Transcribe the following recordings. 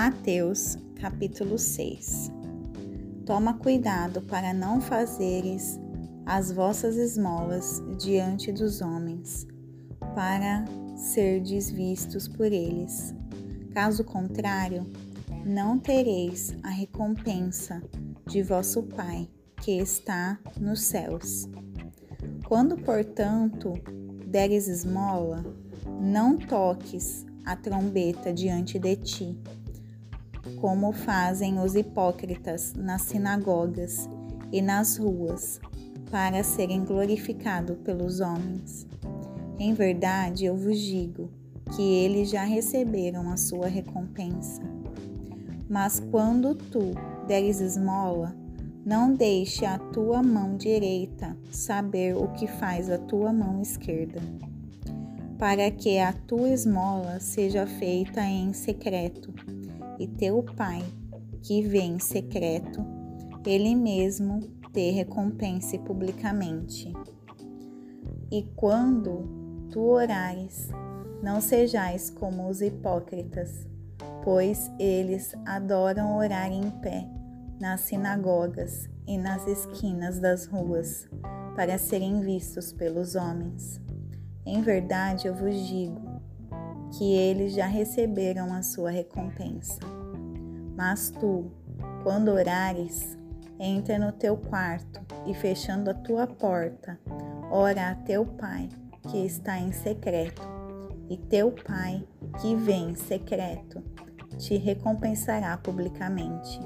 Mateus, capítulo 6. Toma cuidado para não fazeres as vossas esmolas diante dos homens, para serdes vistos por eles. Caso contrário, não tereis a recompensa de vosso Pai, que está nos céus. Quando, portanto, deres esmola, não toques a trombeta diante de ti, como fazem os hipócritas nas sinagogas e nas ruas, para serem glorificados pelos homens. Em verdade, eu vos digo que eles já receberam a sua recompensa. Mas quando tu deres esmola, não deixe a tua mão direita saber o que faz a tua mão esquerda, para que a tua esmola seja feita em secreto, e teu Pai, que vê em secreto, ele mesmo te recompense publicamente. E quando tu orares, não sejais como os hipócritas, pois eles adoram orar em pé nas sinagogas e nas esquinas das ruas, para serem vistos pelos homens. Em verdade, eu vos digo que eles já receberam a sua recompensa. Mas tu, quando orares, entra no teu quarto e, fechando a tua porta, ora a teu Pai, que está em secreto, e teu Pai, que vê em secreto, te recompensará publicamente.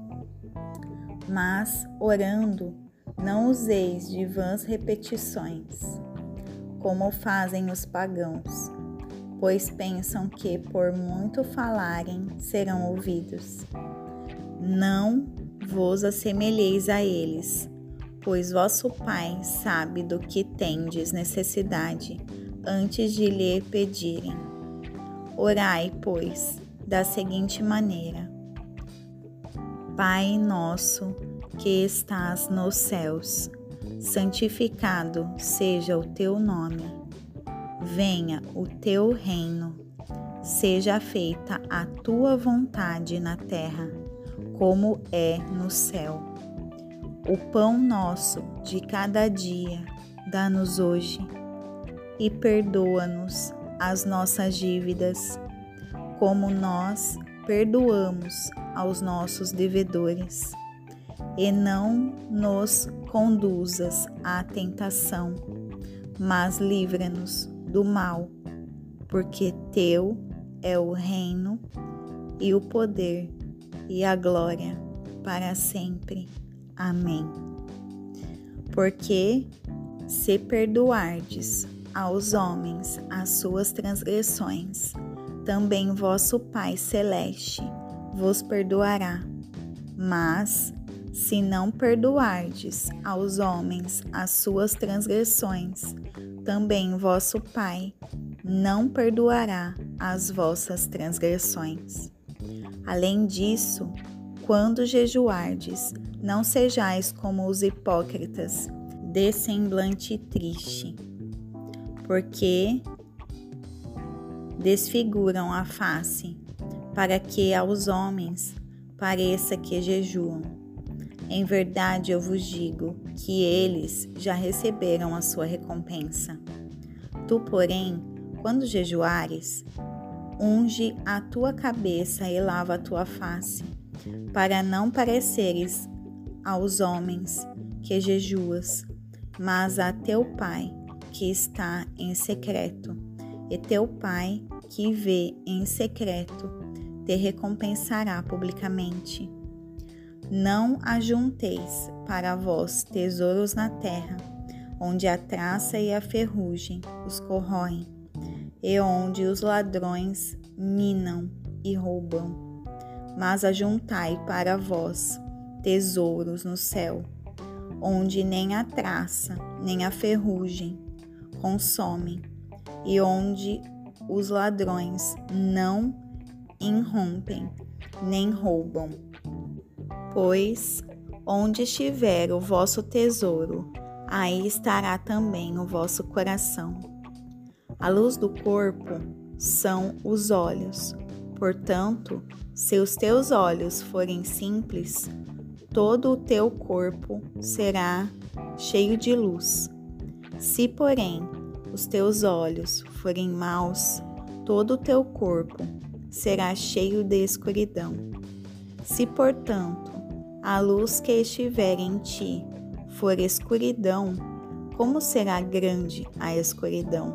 Mas, orando, não useis de vãs repetições, como fazem os pagãos, pois pensam que, por muito falarem, serão ouvidos. Não vos assemelheis a eles, pois vosso Pai sabe do que tendes necessidade, antes de lhe pedirem. Orai, pois, da seguinte maneira: Pai nosso, que estás nos céus, santificado seja o teu nome. Venha o teu reino. Seja feita a tua vontade na terra, como é no céu. O pão nosso de cada dia dá-nos hoje, e perdoa-nos as nossas dívidas, como nós perdoamos aos nossos devedores. E não nos conduzas à tentação, mas livra-nos do mal, porque teu é o reino e o poder e a glória para sempre. Amém. Porque se perdoardes aos homens as suas transgressões, também vosso Pai Celeste vos perdoará. Mas, se não perdoardes aos homens as suas transgressões, também vosso Pai não perdoará as vossas transgressões. Além disso, quando jejuardes, não sejais como os hipócritas, de semblante triste, porque desfiguram a face, para que aos homens pareça que jejuam. Em verdade, eu vos digo que eles já receberam a sua recompensa. Tu, porém, quando jejuares, unge a tua cabeça e lava a tua face, para não pareceres aos homens que jejuas, mas a teu Pai que está em secreto, e teu Pai que vê em secreto te recompensará publicamente. Não ajunteis para vós tesouros na terra, onde a traça e a ferrugem os corroem, e onde os ladrões minam e roubam. Mas ajuntai para vós tesouros no céu, onde nem a traça nem a ferrugem consomem, e onde os ladrões não irrompem nem roubam. Pois onde estiver o vosso tesouro, aí estará também o vosso coração. A luz do corpo são os olhos. Portanto, se os teus olhos forem simples, todo o teu corpo será cheio de luz. Se, porém, os teus olhos forem maus, todo o teu corpo será cheio de escuridão. Se, portanto, a luz que estiver em ti for escuridão, como será grande a escuridão?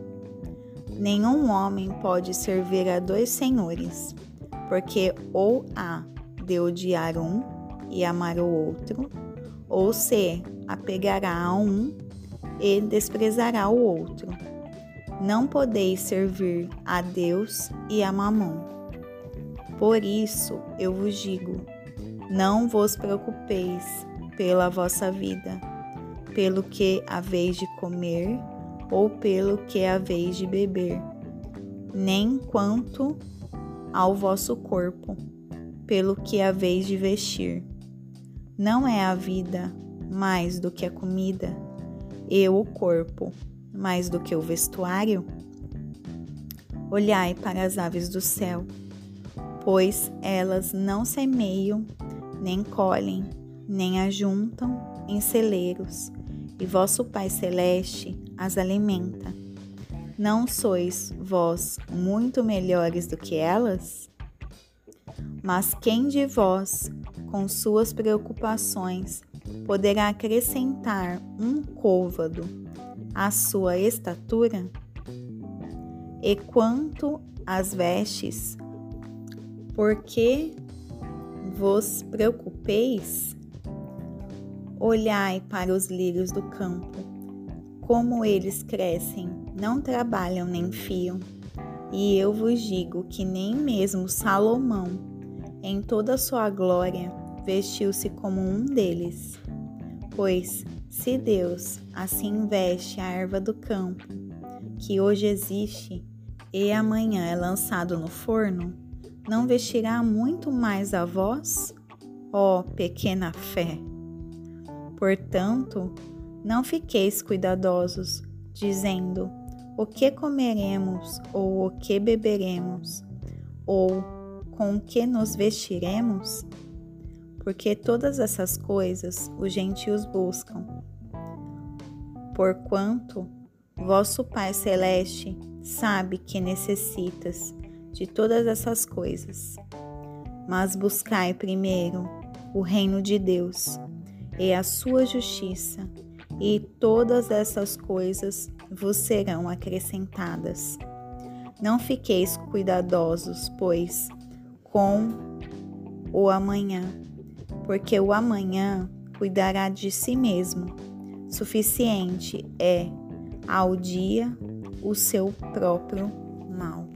Nenhum homem pode servir a dois senhores, porque ou há de odiar um e amar o outro, ou se apegará a um e desprezará o outro. Não podeis servir a Deus e a Mamon. Por isso eu vos digo, não vos preocupeis pela vossa vida, pelo que haveis de comer ou pelo que haveis de beber, nem quanto ao vosso corpo, pelo que haveis de vestir. Não é a vida mais do que a comida, e o corpo mais do que o vestuário? Olhai para as aves do céu, pois elas não semeiam, nem colhem, nem ajuntam em celeiros, e vosso Pai Celeste as alimenta. Não sois vós muito melhores do que elas? Mas quem de vós, com suas preocupações, poderá acrescentar um côvado à sua estatura? E quanto às vestes, por que vos preocupeis? Olhai para os lírios do campo, como eles crescem, não trabalham nem fiam. E eu vos digo que nem mesmo Salomão, em toda a sua glória, vestiu-se como um deles. Pois, se Deus assim veste a erva do campo, que hoje existe e amanhã é lançado no forno, não vestirá muito mais a vós, ó pequena fé? Portanto, não fiqueis cuidadosos, dizendo, o que comeremos, ou o que beberemos, ou com o que nos vestiremos? Porque todas essas coisas os gentios buscam. Porquanto vosso Pai Celeste sabe que necessitas de todas essas coisas. Mas buscai primeiro o reino de Deus e a sua justiça, e todas essas coisas vos serão acrescentadas. Não fiqueis cuidadosos, pois, com o amanhã, porque o amanhã cuidará de si mesmo. Suficiente é ao dia o seu próprio mal.